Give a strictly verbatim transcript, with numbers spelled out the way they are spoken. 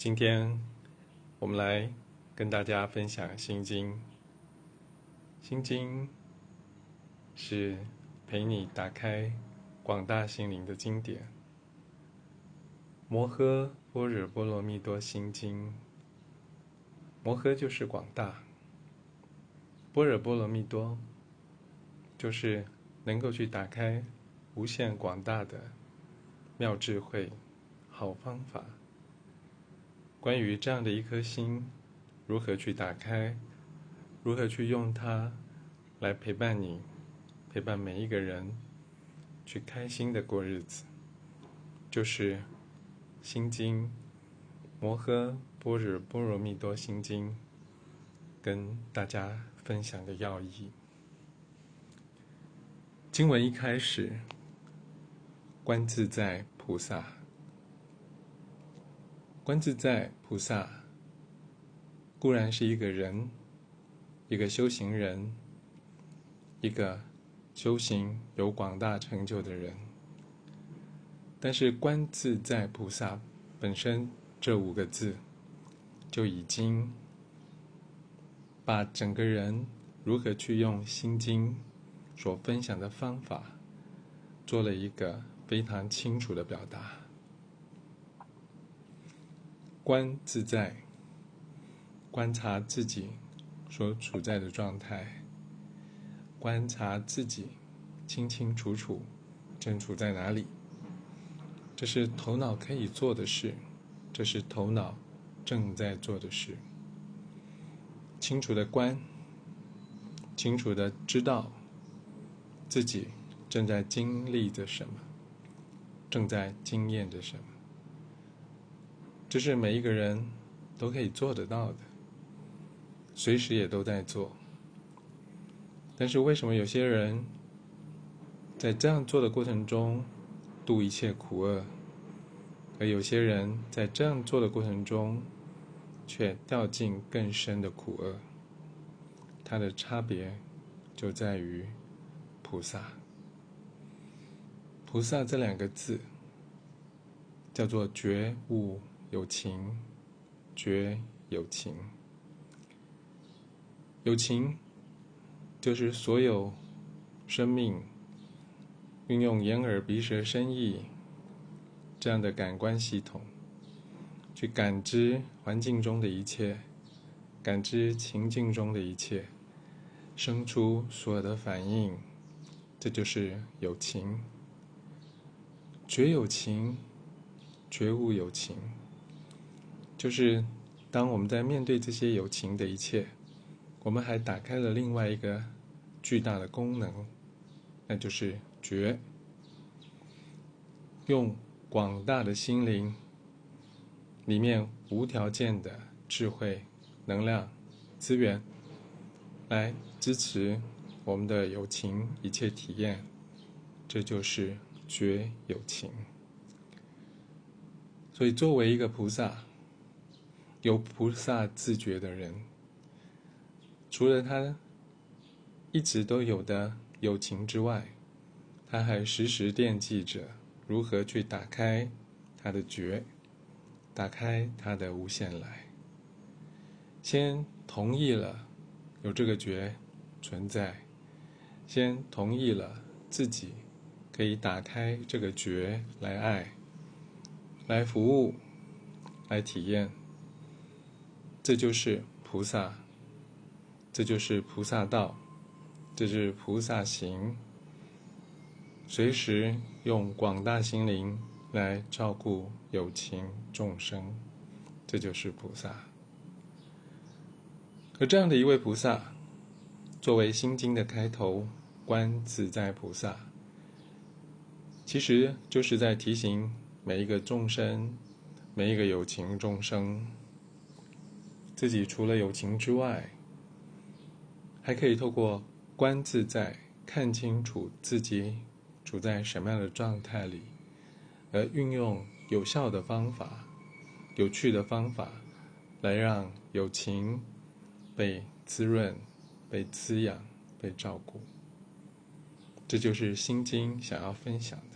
今天我们来跟大家分享《心经》。《心经》是陪你打开广大心灵的经典。摩诃般若波罗蜜多心经，摩诃就是广大，般若波罗蜜多就是能够去打开无限广大的妙智慧、好方法。关于这样的一颗心，如何去打开，如何去用它来陪伴你，陪伴每一个人，去开心的过日子，就是《心经》摩诃般若波罗蜜多心经跟大家分享的要义。经文一开始，观自在菩萨。观自在菩萨固然是一个人，一个修行人，一个修行有广大成就的人，但是观自在菩萨本身这五个字就已经把整个人如何去用心经所分享的方法做了一个非常清楚的表达。观自在，观察自己所处在的状态，观察自己清清楚楚正处在哪里。这是头脑可以做的事，这是头脑正在做的事。清楚的观，清楚的知道自己正在经历着什么，正在经验着什么。这是每一个人都可以做得到的，随时也都在做。但是为什么有些人在这样做的过程中度一切苦厄，而有些人在这样做的过程中却掉进更深的苦厄？它的差别就在于菩萨。菩萨这两个字叫做觉悟有情，觉有情。有情就是所有生命运用眼耳鼻舌身意这样的感官系统去感知环境中的一切，感知情境中的一切，生出所有的反应，这就是有情。觉有情，觉悟有情，就是当我们在面对这些有情的一切，我们还打开了另外一个巨大的功能，那就是觉。用广大的心灵里面无条件的智慧、能量、资源来支持我们的有情一切体验，这就是觉有情。所以作为一个菩萨，有菩萨自觉的人，除了他一直都有的有情之外，他还时时惦记着如何去打开他的觉，打开他的无限来。先同意了有这个觉存在，先同意了自己可以打开这个觉来爱，来服务，来体验。这就是菩萨，这就是菩萨道，这是菩萨行。随时用广大心灵来照顾有情众生，这就是菩萨。而这样的一位菩萨，作为心经的开头，观自在菩萨，其实就是在提醒每一个众生，每一个有情众生，自己除了有情之外，还可以透过观自在，看清楚自己处在什么样的状态里，而运用有效的方法、有趣的方法，来让有情被滋润、被滋养、被照顾。这就是心经想要分享的。